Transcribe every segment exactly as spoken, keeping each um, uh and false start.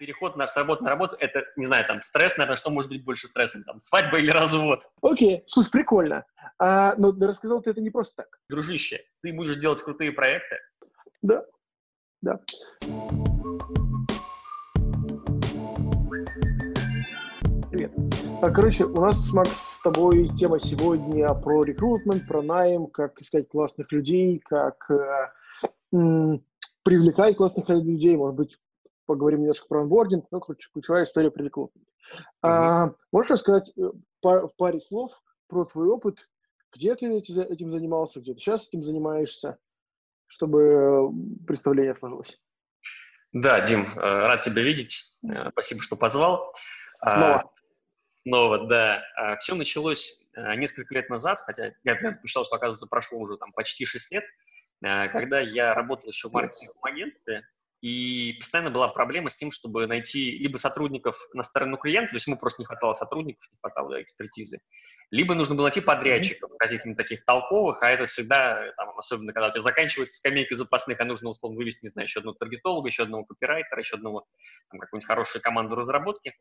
переход на, с работы на работу, это, не знаю, там, стресс, наверное, что может быть больше стрессом, там, свадьба или развод? Окей, слушай, прикольно. А, но рассказал ты это не просто так. Дружище, ты будешь делать крутые проекты. Да, да. Привет. Короче, у нас, Макс, с тобой тема сегодня про рекрутмент, про найм, как искать классных людей, как э, м, привлекать классных людей, может быть, поговорим немножко про онбординг, ну, короче, ключевая история про рекрутмент. Угу. А, можешь рассказать в паре слов про твой опыт, где ты этим занимался, где ты сейчас этим занимаешься, чтобы представление сложилось? Да, Дим, рад тебя видеть. Спасибо, что позвал. Снова. Снова, да. Все началось несколько лет назад, хотя я посчитал, что, оказывается, прошло уже там почти шесть лет, когда я работал еще в маркетинговом агентстве, и постоянно была проблема с тем, чтобы найти либо сотрудников на сторону клиента, то есть ему просто не хватало сотрудников, не хватало экспертизы, либо нужно было найти подрядчиков, каких-нибудь таких толковых, а это всегда, там, особенно когда у тебя заканчивается скамейка запасных, а нужно, условно, вывести, не знаю, еще одного таргетолога, еще одного копирайтера, еще одного, там, какую-нибудь хорошую команду разработки,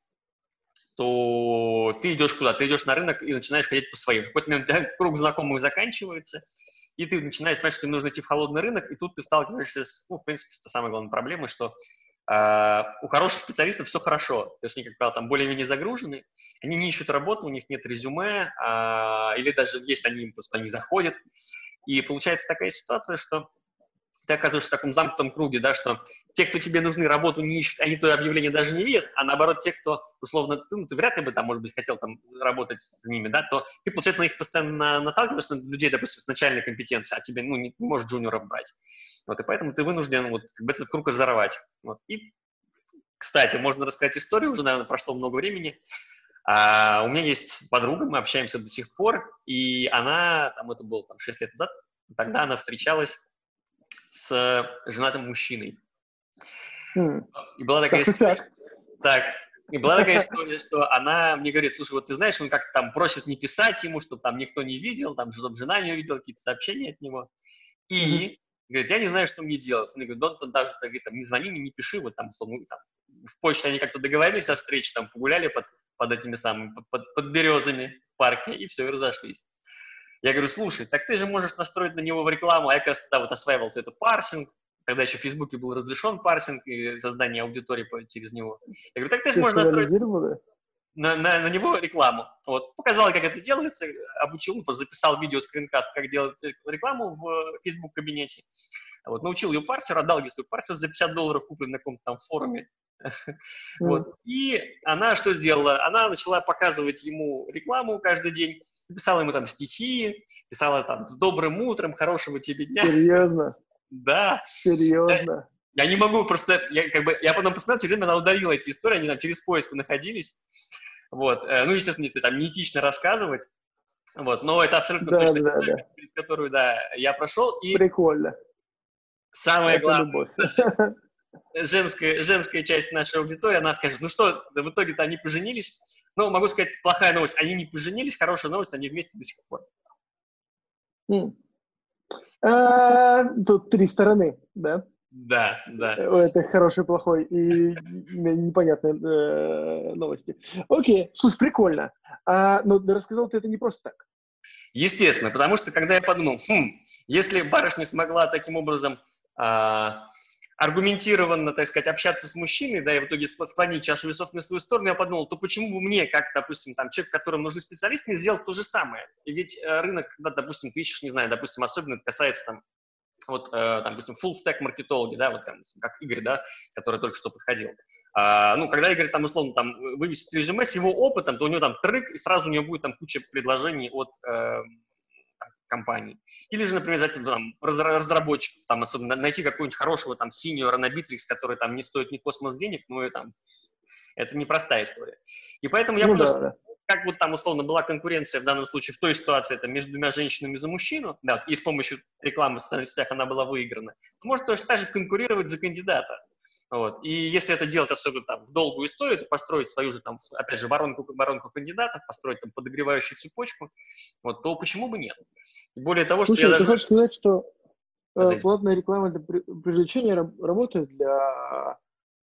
то ты идешь куда? Ты идешь на рынок и начинаешь ходить по своим. В какой-то момент круг знакомых заканчивается, и ты начинаешь понимать, что тебе нужно идти в холодный рынок, и тут ты сталкиваешься с, ну, в принципе, с самой главной проблемой, что э, у хороших специалистов все хорошо. То есть они, как правило, там более-менее загружены, они не ищут работу, у них нет резюме, э, или даже есть, они просто не заходят. И получается такая ситуация, что ты оказываешься в таком замкнутом круге, да, что те, кто тебе нужны, работу не ищут, они твое объявление даже не видят, а наоборот, те, кто, условно, ты, ну, ты вряд ли бы там, может быть, хотел там работать с ними, да, то ты, получается, на них постоянно наталкиваешься, на людей, допустим, с начальной компетенцией, а тебе, ну, не, не можешь джуниоров брать. Вот, и поэтому ты вынужден вот как бы этот круг разорвать. Вот. И, кстати, можно рассказать историю, уже, наверное, прошло много времени. А, у меня есть подруга, мы общаемся до сих пор, и она, там, это было там шесть лет назад, тогда она встречалась с женатым мужчиной. Mm. И была такая так, история, так. так, и была такая история, что она мне говорит: слушай, вот ты знаешь, он как-то там просит не писать ему, чтобы там никто не видел, там, чтобы жена не увидела какие-то сообщения от него. И mm-hmm. говорит, я не знаю, что мне делать. Он говорит, он даже говорит, там, не звони мне, не пиши, вот там, ну, там в почте они как-то договорились о встрече, там погуляли под, под этими самыми, под, под березами в парке, и все, и разошлись. Я говорю, слушай, так ты же можешь настроить на него в рекламу, а я как раз тогда вот осваивал это парсинг, тогда еще в Фейсбуке был разрешен парсинг и создание аудитории через него. Я говорю, так ты же можешь настроить на, на, на него рекламу. Вот. Показал, как это делается, обучил, ну, просто записал видео скринкаст, как делать рекламу в Facebook кабинете. Вот. Научил ее парсер, отдал ей свой парсер за пятьдесят долларов, куплен на каком-то там форуме. Вот. И она что сделала? Она начала показывать ему рекламу каждый день, писала ему там стихи, писала там с добрым утром, хорошего тебе дня. Серьезно? Да. Серьезно? Я, я не могу просто, я, как бы, я потом посмотрел, через время она удалила эти истории, они там через поиск находились. Вот. Ну, естественно, это там неэтично рассказывать. Вот. Но это абсолютно да, точно да, да. через которую, да, я прошел. И прикольно. Самое это главное, любовь. женская, женская часть нашей аудитории, она скажет, ну что, да в итоге-то они поженились. Ну, могу сказать, плохая новость, они не поженились, хорошая новость, они вместе до сих пор. Mm. А, тут три стороны, да? Да, да. Это хороший, плохой и непонятные э, новости. Окей, слушай, прикольно. А, но рассказал ты это не просто так. Естественно, потому что когда я подумал, хм, если барышня смогла таким образом а, аргументированно, так сказать, общаться с мужчиной, да, и в итоге склонить чашу весов на свою сторону, я подумал, то почему бы мне, как, допустим, там, человек, которому нужны специалисты, не сделать то же самое? И ведь э, рынок, когда, допустим, ты ищешь, не знаю, допустим, особенно это касается, там, вот, э, там, допустим, full-stack маркетологи, да, вот, там, как Игорь, да, который только что подходил. А, ну, когда Игорь, там, условно, там, вывесит резюме с его опытом, то у него там трек, и сразу у него будет там куча предложений от э, компаний. Или же, например, там, разработчиков, там, особенно найти какого-нибудь хорошего там синьора на Bittrex, который там не стоит ни космос денег, но и, там, это непростая история. И поэтому я ну, понял, да, что да. как вот там условно была конкуренция в данном случае в той ситуации это между двумя женщинами за мужчину, да, и с помощью рекламы в социальных сетях она была выиграна, то может точно так же конкурировать за кандидата. Вот. И если это делать особенно там в долгую историю, то построить свою же там, опять же, воронку, воронку кандидатов, построить там подогревающую цепочку, вот, то почему бы нет? И более того, Слушай, что я ты даже... хочешь сказать, что э, Подойди. платная реклама для привлечения работает для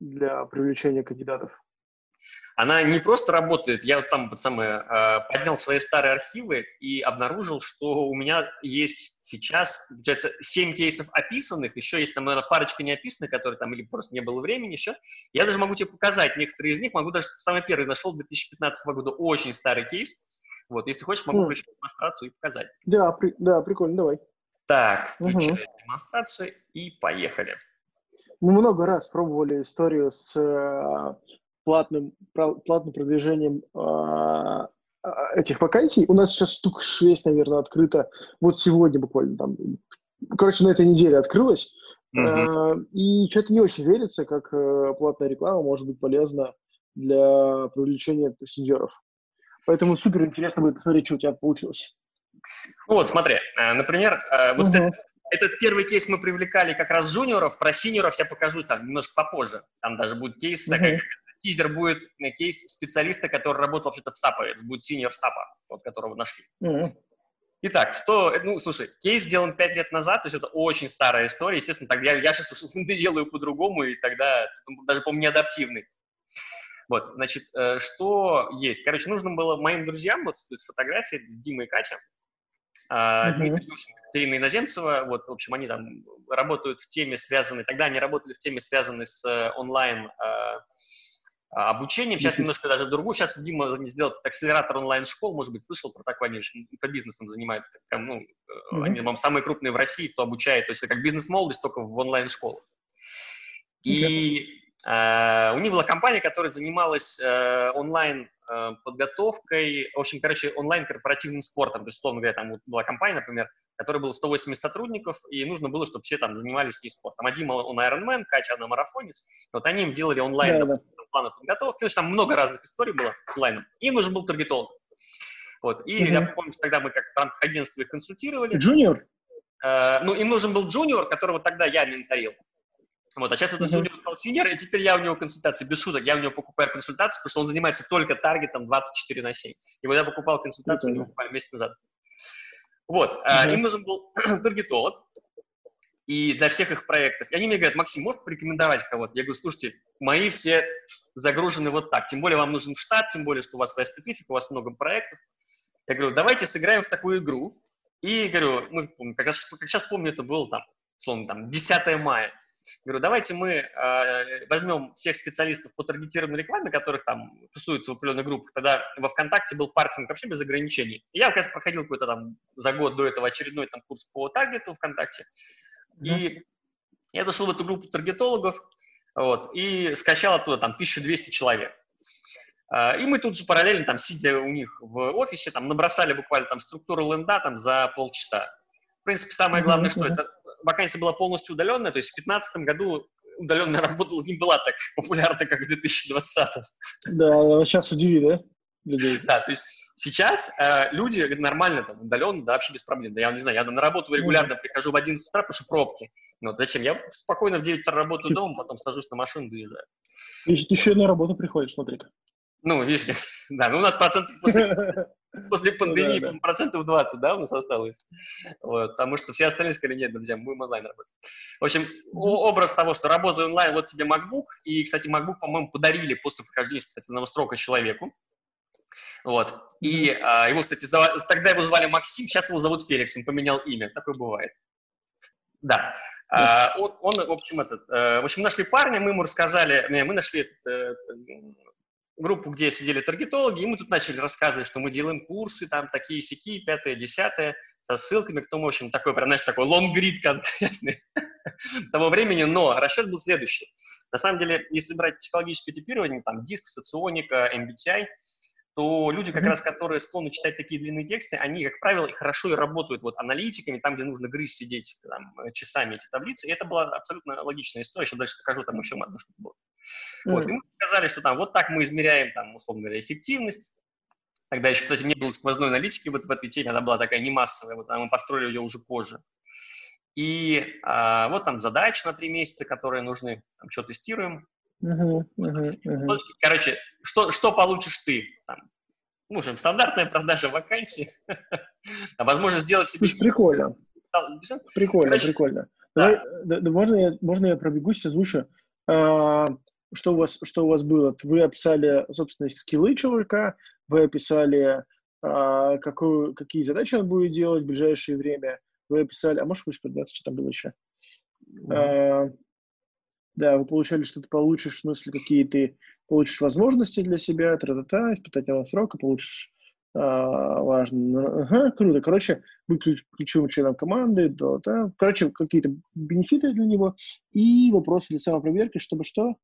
для привлечения кандидатов? Она не просто работает, я вот там вот самое, поднял свои старые архивы и обнаружил, что у меня есть сейчас, получается, семь кейсов описанных, еще есть там, наверное, парочка неописанных, которые там или просто не было времени еще. Я даже могу тебе показать некоторые из них, могу даже самый первый нашел две тысячи пятнадцатого года, очень старый кейс. Вот, если хочешь, могу включить mm. демонстрацию и показать. Да, при, да, прикольно, давай. Так, включаю uh-huh. демонстрацию и поехали. Мы много раз пробовали историю с э, платным, платным продвижением э, этих вакансий. У нас сейчас штук шесть, наверное, открыто. Вот сегодня буквально там, короче, на этой неделе открылось. Uh-huh. Э, и что-то не очень верится, как э, платная реклама может быть полезна для привлечения сеньоров. Поэтому супер интересно будет посмотреть, что у тебя получилось. Вот, смотри, например, вот uh-huh. этот, этот первый кейс мы привлекали как раз джуниоров, про синьоров я покажу там немножко попозже. Там даже будет кейс, uh-huh. такой, тизер будет кейс специалиста, который работал вообще-то в САПа, это будет синьор САПа, вот, которого нашли. Uh-huh. Итак, что, ну, слушай, кейс сделан пять лет назад, то есть это очень старая история, естественно, тогда я, я сейчас делаю по-другому, и тогда даже, по-моему, не адаптивный. Вот, значит, что есть? Короче, нужно было моим друзьям, вот фотографии, Дима и Катя, Uh-huh. Дмитрий Ющенко, Катерина Иноземцева, вот, в общем, они там работают в теме, связанной, тогда они работали в теме, связанной с онлайн э, обучением, сейчас uh-huh. немножко даже другую, сейчас Дима сделал акселератор онлайн-школ, может быть, слышал про такое, они инфобизнесом занимаются, прям, ну, uh-huh. они, по-моему, самые крупные в России, кто обучает, то есть это как бизнес-молодость, только в онлайн-школах. И Uh, у них была компания, которая занималась uh, онлайн-подготовкой, uh, в общем, короче, онлайн-корпоративным спортом. То есть, условно говоря, там вот была компания, например, в которой было сто восемьдесят сотрудников, и нужно было, чтобы все там занимались e-спортом. А Дима, он Ironman, Катя, она марафонец. Вот они им делали онлайн да, да. планы подготовки. То есть там много разных историй было с онлайном. И им нужен был таргетолог. Вот. И угу. я помню, что тогда мы как в рамках агентства их консультировали. Джуниор? Uh, ну, им нужен был джуниор, которого тогда я менторил. Вот, а сейчас этот uh-huh. джуниор стал синьор, и теперь я у него консультации, без шуток, я у него покупаю консультации, потому что он занимается только таргетом двадцать четыре на семь. И вот я покупал консультацию uh-huh. у него буквально месяц назад. Вот, uh-huh. а, им нужен был таргетолог, и для всех их проектов. И они мне говорят: Максим, можешь порекомендовать кого-то? Я говорю: слушайте, мои все загружены вот так, тем более вам нужен штат, тем более, что у вас своя специфика, у вас много проектов. Я говорю: давайте сыграем в такую игру. И говорю, мы, как, раз, как сейчас помню, это было там, условно, там, десятое мая. Говорю, давайте мы э, возьмем всех специалистов по таргетированной рекламе, которых там тусуются в определенных группах. Тогда во ВКонтакте был парсинг вообще без ограничений. И я, как раз, проходил какой-то там за год до этого очередной там курс по таргету ВКонтакте. Mm-hmm. И я зашел в эту группу таргетологов, вот, и скачал оттуда там тысячу двести человек. Э, и мы тут же параллельно, там, сидя у них в офисе, там, набросали буквально там структуру ленда там за полчаса. В принципе, самое главное, mm-hmm. что это вакансия была полностью удаленная, то есть в две тысячи пятнадцатом году удаленная работа не была так популярна, как в две тысячи двадцатом. Да, сейчас удиви, да, людей? Да, то есть сейчас э, люди нормально, там, удаленно, да, вообще без проблем. Да, я не знаю, я на работу регулярно mm-hmm. прихожу в одиннадцать утра, потому что пробки. Ну, зачем? Я спокойно в девять утра работаю ты... дома, потом сажусь на машину, доезжаю. Если ты еще на работу приходишь, смотри-ка. Ну, видишь, да, ну у нас процентов после, после пандемии ну, да, да. процентов двадцать, да, у нас осталось. Вот, потому что все остальные сказали: нет, друзья, мы будем онлайн работать. В общем, mm-hmm. образ того, что работаю онлайн, вот тебе MacBook. И, кстати, MacBook, по-моему, подарили после прохождения испытательного срока человеку. Вот. Mm-hmm. И а, его, кстати, зав... тогда его звали Максим, сейчас его зовут Феликс, он поменял имя. Такое бывает. Да. Mm-hmm. А, он, он, в общем, этот, а, в общем, нашли парня, мы ему рассказали, не, мы нашли этот... этот группу, где сидели таргетологи, и мы тут начали рассказывать, что мы делаем курсы, там, такие-сяки, пятое, десятое, со ссылками, кто, в общем, такой, прям, знаешь, такой лонгрид конкретный того времени, но расчет был следующий. На самом деле, если брать психологическое типирование, там, диск, соционика, эм би ти ай, то люди, как mm-hmm. раз, которые склонны читать такие длинные тексты, они, как правило, хорошо и работают вот аналитиками, там, где нужно грызть, сидеть там, часами эти таблицы, и это была абсолютно логичная история, сейчас дальше покажу, там еще одно что-то было. Mm-hmm. Вот, и мы сказали, что там вот так мы измеряем, там, условно говоря, эффективность. Тогда еще, кстати, не было сквозной аналитики вот в этой теме, она была такая не массовая, вот, а мы построили ее уже позже. И а, вот там задачи на три месяца, которые нужны, там, что тестируем. Uh-huh, uh-huh, uh-huh. Короче, что, что получишь ты? Там, ну, в общем, стандартная продажа вакансий, а возможность сделать себе... Слушай, прикольно. Прикольно, Короче, прикольно. Да. Давай, да, можно, я, можно я пробегусь, озвучу? А, что у вас, что у вас было? Вы описали, собственно, скиллы человека, вы описали, а, какую, какие задачи он будет делать в ближайшее время, вы описали, а можешь подняться, что там было еще? Мгм. А, да, вы получали, что ты получишь, в смысле, какие ты получишь возможности для себя, тра-та-та, испытательного срока, получишь, а, важно, ну, ага, круто. Короче, вы ключ- ключевым членом команды, да, да. Короче, какие-то бенефиты для него и вопросы для самопроверки, чтобы что?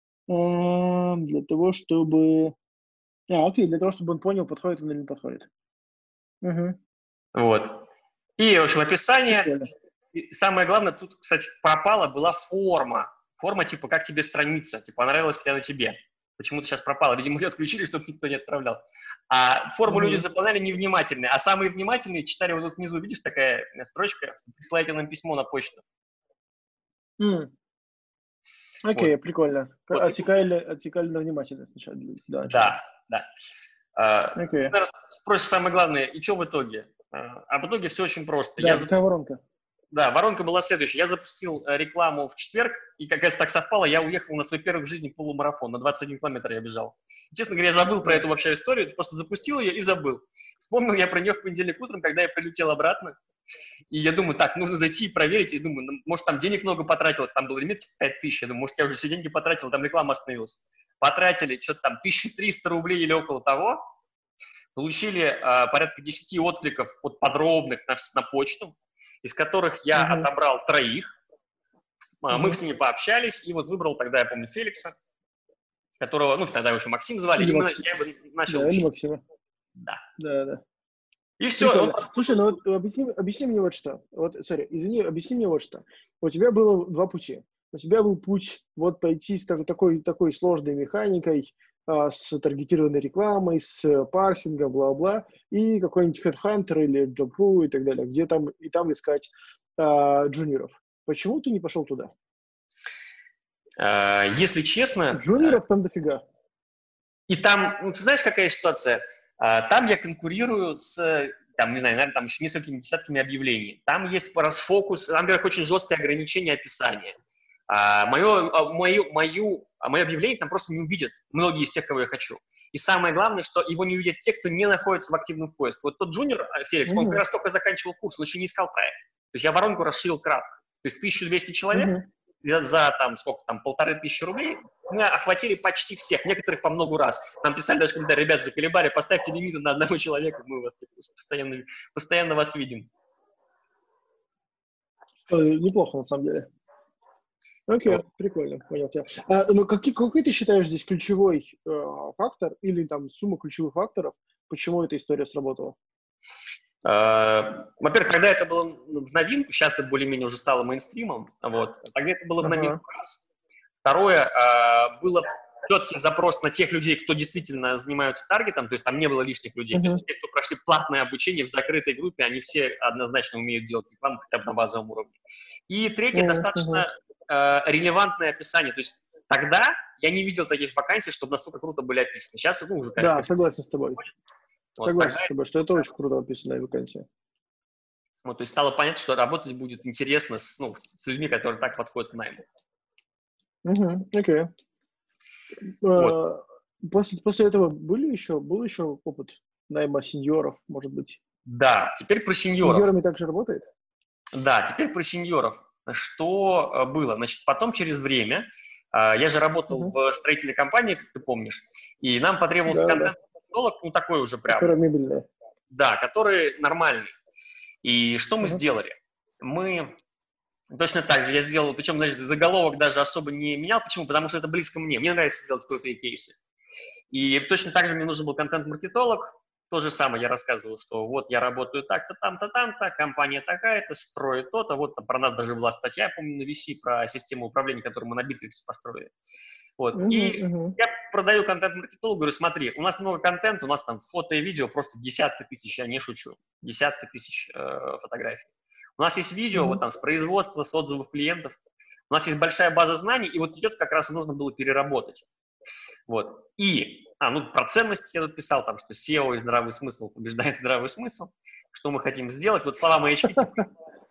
А, для того, чтобы... А, окей, для того, чтобы он понял, подходит он или не подходит. Угу. Вот. И, в общем, описание. Прикольно. И самое главное, тут, кстати, пропала была форма. Форма, типа, как тебе страница, типа, понравилась ли она тебе. Почему-то сейчас пропала. Видимо, ее отключили, чтобы никто не отправлял. А форму люди Угу. заполняли невнимательные. А самые внимательные читали вот тут внизу. Видишь, такая строчка? Присылайте нам письмо на почту. М, окей, Вот. прикольно. К- Вот. И тут, Отсекали, отсекали на внимательность сначала, для начала. да, да. А, Окей. наверное, спросишь самое главное, и что в итоге? А а в итоге все очень просто. Да, Я какая воронка? Да, воронка была следующая. Я запустил э, рекламу в четверг, и как это так совпало, я уехал на свой первый в жизни полумарафон. На двадцать один километр я бежал. И, честно говоря, я забыл про М, эту вообще историю, просто запустил ее и забыл. Вспомнил я про нее в понедельник утром, когда я прилетел обратно. И я думаю, так, нужно зайти и проверить. И думаю, ну, может, там денег много потратилось, там был лимит типа пять тысяч. Я думаю, может, я уже все деньги потратил, там реклама остановилась. Потратили что-то там тысяча триста рублей или около того. Получили э, порядка десять откликов от подробных на, на почту, из которых я мгм, отобрал троих. А, Мы мгм. с ними пообщались, и вот выбрал тогда, я помню, Феликса, которого, ну, тогда его еще Максим звали, Или и мы, Максим. я его начал Да, или учить. Максима. Да. Да, да. И все, он Прикольно. Слушай, ну пошел. вот объясни, объясни мне вот что. Вот, сори, извини, объясни мне вот что. У тебя было два пути. У тебя был путь вот пойти с так- такой, такой сложной механикой, а, с таргетированной рекламой, с парсингом, бла-бла, и какой-нибудь HeadHunter или Job.ru и так далее, где там и там искать а, джуниоров. Почему ты не пошел туда? Э, Если честно, э, Джуниоров там дофига. и там, ну, ты знаешь, какая ситуация? А, Там я конкурирую с, там, не знаю, наверное, там еще несколькими десятками объявлений. Там есть расфокус, там, во-первых, очень жесткое ограничение описания. А, мое, а, мою, мою, а мое объявление там просто не увидят многие из тех, кого я хочу. И самое главное, что его не увидят те, кто не находится в активном поиске. Вот тот джуниор, а, Феликс, он как Мгм, раз только заканчивал курс, он еще не искал проект. То есть я воронку расширил кратко. То есть тысяча двести человек мгм. за там сколько там, полторы тысячи рублей мы охватили почти всех, некоторых по много раз. Нам писали даже, когда ребят заколебали, поставьте лимиты на одного человека, мы вас постоянно, постоянно вас видим. Э, Неплохо, на самом деле. Окей, Вот. прикольно, понял тебя. А, ну, какой, какой ты считаешь здесь ключевой э, фактор или там сумма ключевых факторов, почему эта история сработала? Э, Во-первых, когда это было в новинку, сейчас это более-менее уже стало мейнстримом, вот. Тогда это было в Ага. новинку раз. Второе, э, было четкий запрос на тех людей, кто действительно занимаются таргетом, то есть там не было лишних людей. То Мгм. есть те, кто прошли платное обучение в закрытой группе, они все однозначно умеют делать рекламу хотя бы на базовом уровне. И третье, Мгм. Мгм. достаточно э, релевантное описание. То есть тогда я не видел таких вакансий, чтобы настолько круто были описаны. Сейчас, ну, уже, конечно, Да, потихоньку согласен с тобой. происходит. Вот тогда Согласен с тобой, что это очень круто описанная вакансия. вот, то есть стало понятно, что работать будет интересно с, ну, с людьми, которые так подходят к найму. Мгм. Окей. Вот. Э, После, после этого были еще, был еще опыт найма сеньоров, может быть. Да, теперь про С сеньоров. сеньорами также работает? Да, теперь про сеньоров. Что э, было? Значит, потом через время, э, я же работал Мгм. в строительной компании, как ты помнишь, и нам потребовался Да, да. контент-маркетолог, ну такой уже прям, Которая мебельная. да, который нормальный. И что мы Мгм. сделали? Мы точно так же, я сделал, причем, значит, заголовок даже особо не менял. Почему? Потому что это близко мне. Мне нравится делать крутые кейсы. И точно так же мне нужен был контент-маркетолог. То же самое я рассказывал, что вот я работаю так-то, там-то, там-то, компания такая-то, строит то-то. Вот там про нас даже была статья, я помню, на ви си про систему управления, которую мы на Bittrex построили. Вот. Мгм. И Мгм. я продаю контент-маркетологу, говорю, смотри, у нас много контента, у нас там фото и видео, просто десятки тысяч, я не шучу, десятки тысяч э, фотографий. У нас есть видео вот Мгм. там с производства, с отзывов клиентов. У нас есть большая база знаний, и вот идет как раз нужно было переработать. Вот. И, а, ну, про ценности я тут писал, там, что сео и здравый смысл побеждает здравый смысл. Что мы хотим сделать? Вот слова маячки, типа,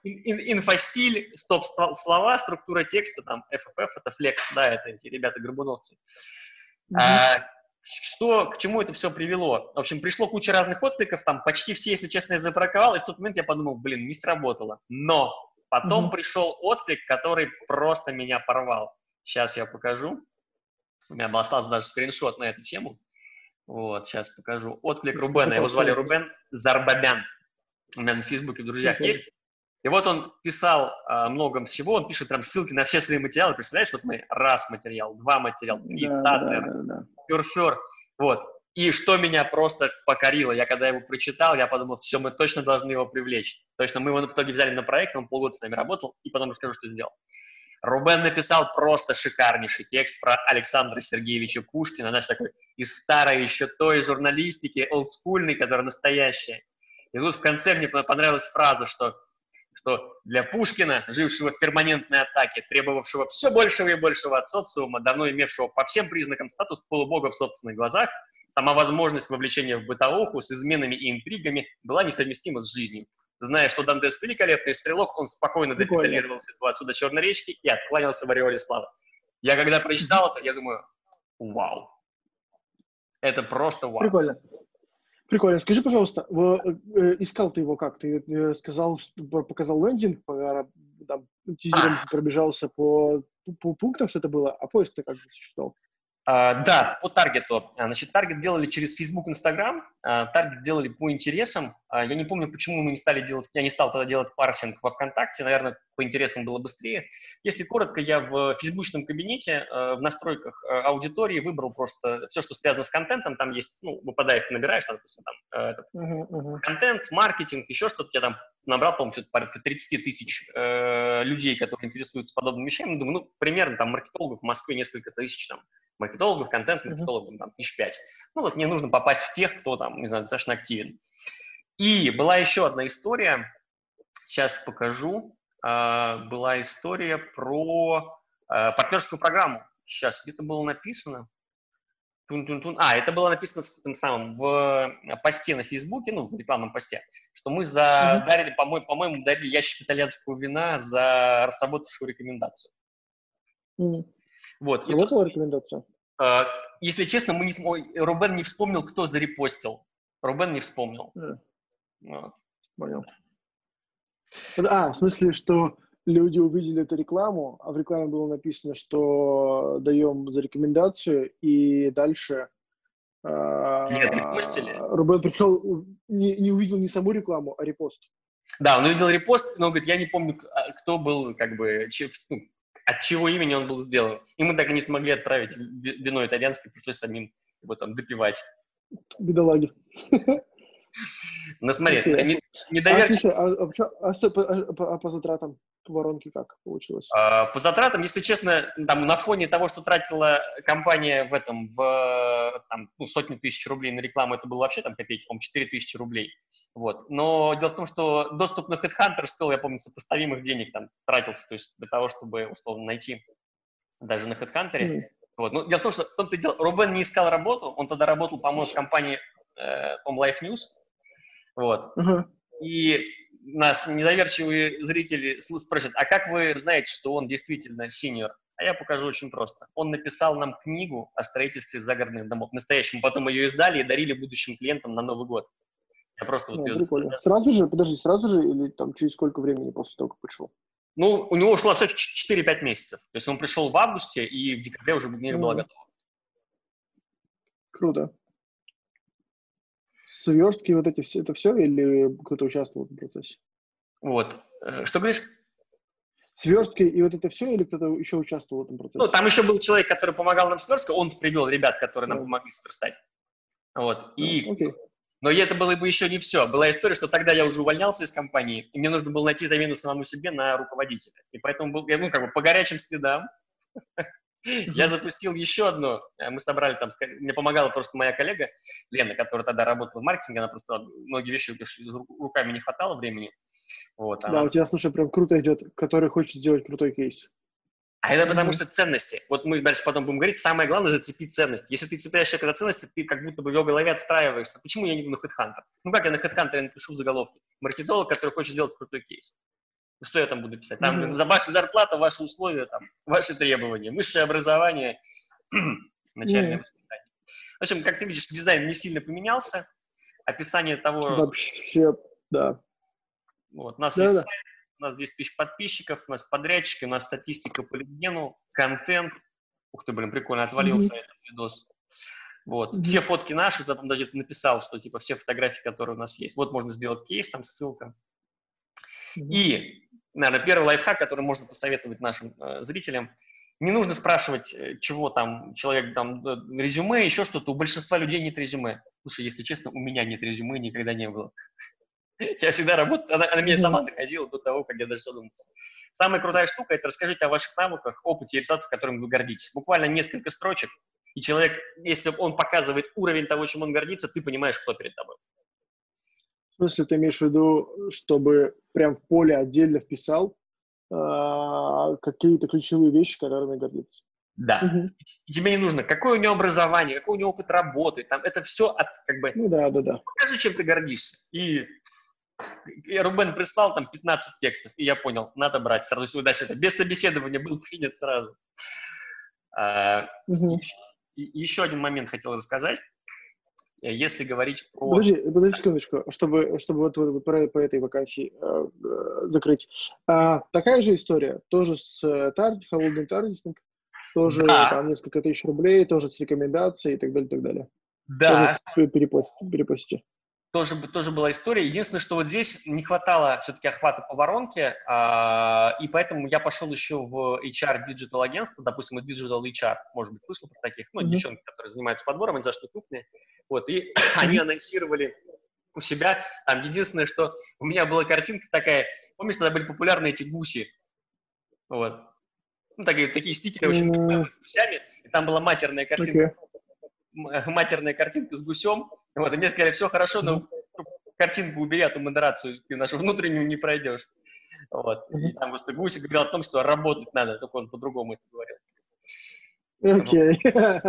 инфостиль, стоп-слова, структура текста, там, эф эф эф, это флекс, да, это эти ребята-горбуновцы. Mm-hmm. А, что, к чему это все привело? В общем, пришло куча разных откликов, там, почти все, если честно, я забраковал, и в тот момент я подумал, блин, не сработало. Но потом mm-hmm. пришел отклик, который просто меня порвал. Сейчас я покажу. У меня остался даже скриншот на эту тему. Вот, сейчас покажу. Отклик Рубена. Его звали Рубен Зарбабян. У меня на Фейсбуке в друзьях есть. И вот он писал о многом всего. Он пишет прям ссылки на все свои материалы. Представляешь, вот мы раз материал, два материала, три, да, татер, да, да, да. фюрфюр. Вот. И что меня просто покорило, я когда его прочитал, я подумал, все, мы точно должны его привлечь. Точно, мы его в итоге взяли на проект, он полгода с нами работал, и потом расскажу, что сделал. Рубен написал просто шикарнейший текст про Александра Сергеевича Пушкина, знаешь, такой из старой еще той журналистики, олдскульной, которая настоящая. И тут в конце мне понравилась фраза, что, что для Пушкина, жившего в перманентной атаке, требовавшего все большего и большего от социума, давно имевшего по всем признакам статус полубога в собственных глазах, сама возможность вовлечения в бытовуху с изменами и интригами была несовместима с жизнью. Зная, что Дантес великолепный стрелок, он спокойно депедалировал ситуацию до Черной речки и откланялся в ореоле славы. Я когда прочитал это, я думаю, вау. Это просто вау. Прикольно. Прикольно. Скажи, пожалуйста, искал ты его как? Ты сказал, что показал лендинг, там, тизером а. пробежался по, по пунктам, что это было, а поиск-то как существовал? Uh, да, по таргету. Значит, таргет делали через Facebook, Instagram, uh, таргет делали по интересам. Uh, я не помню, почему мы не стали делать, я не стал тогда делать парсинг во ВКонтакте, наверное, по интересам было быстрее. Если коротко, я в фейсбучном кабинете uh, в настройках uh, аудитории выбрал просто все, что связано с контентом. Там есть, ну, выпадаешь, ты набираешь, там, допустим, там, uh, этот, uh-huh, uh-huh. контент, маркетинг, еще что-то. Я там набрал, по-моему, что-то порядка тридцать тысяч uh, людей, которые интересуются подобными вещами. Думаю, ну, примерно там маркетологов в Москве несколько тысяч там. Маркетологов, контент-маркетологов, там, тысяч пять. Ну, вот мне нужно попасть в тех, кто там, не знаю, достаточно активен. И была еще одна история, сейчас покажу. А, была история про а, партнерскую программу. Сейчас, где-то было написано. Тун-тун-тун. А, это было написано в, том самом, в посте на Фейсбуке, ну, в рекламном посте, что мы за, mm-hmm. дарили, по-моему, по-моему, дарили ящик итальянского вина за разработавшую рекомендацию. Mm-hmm. Вот. Сработала рекомендация? Uh, если честно, мы не см... Рубен не вспомнил, кто зарепостил. Рубен не вспомнил. Yeah. Вот. Понял. А, в смысле, что люди увидели эту рекламу, а в рекламе было написано, что даем за рекомендацию, и дальше Нет, репостили. Рубен пришел, не, не увидел не саму рекламу, а репост. Да, он увидел репост, но говорит, я не помню, кто был, как бы, ну, от чего имени он был сделан. И мы так и не смогли отправить вино итальянское, пришлось самим его там допивать. Бедолаги. Ну смотри, okay. недоверчиво. А, а, а, а, что, а, по, а по затратам, по воронке как получилось? А, по затратам, если честно, там, на фоне того, что тратила компания в этом, в там, ну, сотни тысяч рублей на рекламу, это было вообще там копейки, по-моему, четыре тысячи рублей. Вот. Но дело в том, что доступ на HeadHunter стоил, я помню, сопоставимых денег там тратился, то есть для того, чтобы условно найти даже на HeadHunter. Mm. Вот. Ну, дело в том, что в том-то дело, Рубен не искал работу, он тогда работал, по-моему, в компании э, Life News. Вот. Uh-huh. И нас недоверчивые зрители спросят, а как вы знаете, что он действительно синьор? А я покажу очень просто. Он написал нам книгу о строительстве загородных домов. Настоящему потом ее издали и дарили будущим клиентам на Новый год. Я просто ну, вот ее... Прикольно. Сразу же? Подожди, сразу же или там через сколько времени после того, как пришел? Ну, у него ушло все четыре-пять месяцев. То есть он пришел в августе, и в декабре уже книга mm. была готова. Круто. Сверстки вот эти все, это все или кто-то участвовал в этом процессе? Вот. Что говоришь? Сверстки и вот это все или кто-то еще участвовал в этом процессе? Ну, там еще был человек, который помогал нам сверсткой, он привел ребят, которые нам yeah. помогли сверстать. Вот. И... Okay. Но это было бы еще не все. Была история, что тогда я уже увольнялся из компании, и мне нужно было найти замену самому себе на руководителя. И поэтому был, я, ну, как бы по горячим следам я запустил еще одно. Мы собрали там, мне помогала просто моя коллега Лена, которая тогда работала в маркетинге, она просто многие вещи руками не хватало времени. Вот, да, она... у тебя, слушай, прям круто идет, который хочет сделать крутой кейс. А это потому что ценности. Вот мы дальше потом будем говорить, самое главное зацепить ценности. Если ты цепляешь человека за ценности, ты как будто бы в его голове отстраиваешься. Почему я не буду на HeadHunter? Ну как я на HeadHunter напишу в заголовке? Маркетолог, который хочет сделать крутой кейс. Что я там буду писать? Там Мгм. за ваша зарплата, ваши условия, там, ваши требования, высшее образование, начальное Мгм. воспитание. В общем, как ты видишь, дизайн не сильно поменялся. Описание того, Вообще, да. вот, у нас есть Да-да. сайт, у нас десять тысяч подписчиков, у нас подрядчики, у нас статистика по рентгену, контент. Ух ты, блин, прикольно, Мгм. отвалился этот видос. Вот. Все Мгм. фотки наши, я там даже написал, что типа все фотографии, которые у нас есть. Вот можно сделать кейс, там ссылка. Мгм. И, наверное, первый лайфхак, который можно посоветовать нашим э, зрителям, не нужно спрашивать, э, чего там человек, там, э, резюме, еще что-то. У большинства людей нет резюме. Слушай, если честно, у меня нет резюме, никогда не было. Я всегда работаю, она, она меня Мгм. сама доходила до того, как я даже задумался. Самая крутая штука – это расскажите о ваших навыках, опыте и результатах, которыми вы гордитесь. Буквально несколько строчек, и человек, если он показывает уровень того, чем он гордится, ты понимаешь, кто перед тобой. В смысле, ты имеешь в виду, чтобы прям в поле отдельно вписал а, какие-то ключевые вещи, которыми гордиться? Да. Мгм. И тебе не нужно, какое у него образование, какой у него опыт работы. Там, это все от, как бы, Ну да, да, да. покажи, чем ты гордишься. И, и Рубен прислал там пятнадцать текстов, и я понял, надо брать сразу. Дальше это без собеседования был принят сразу. А, Мгм. еще, еще один момент хотел рассказать. Если говорить про... Подожди, подожди секундочку, чтобы, чтобы вот, вот про, по этой вакансии э, э, закрыть. А, такая же история, тоже с э, таргет, холодный таргетинг, тоже Да, там несколько тысяч рублей, тоже с рекомендацией и так далее, и так далее. Тоже да, в пе- перепосте. перепосте. тоже, б- тоже была история. Единственное, что вот здесь не хватало все-таки охвата по воронке, а, и поэтому я пошел еще в эйч ар Digital агентство, допустим, Digital эйч ар, может быть, слышал про таких, ну, Мгм. девчонки, которые занимаются подбором, они за что крупные. Вот, и они Мгм. анонсировали у себя, там, единственное, что у меня была картинка такая, помнишь, тогда были популярны эти гуси, вот, ну, такие, такие стикеры очень М, популярные с гусями, и там была матерная картинка, Окей. м- матерная картинка с гусем, вот, и мне сказали, все хорошо, Мгм. но картинку убери, а то модерацию ты нашу внутреннюю не пройдешь. Вот. И Мгм. там просто Гуси говорил о том, что работать надо, только он по-другому это говорил. Вот. Окей.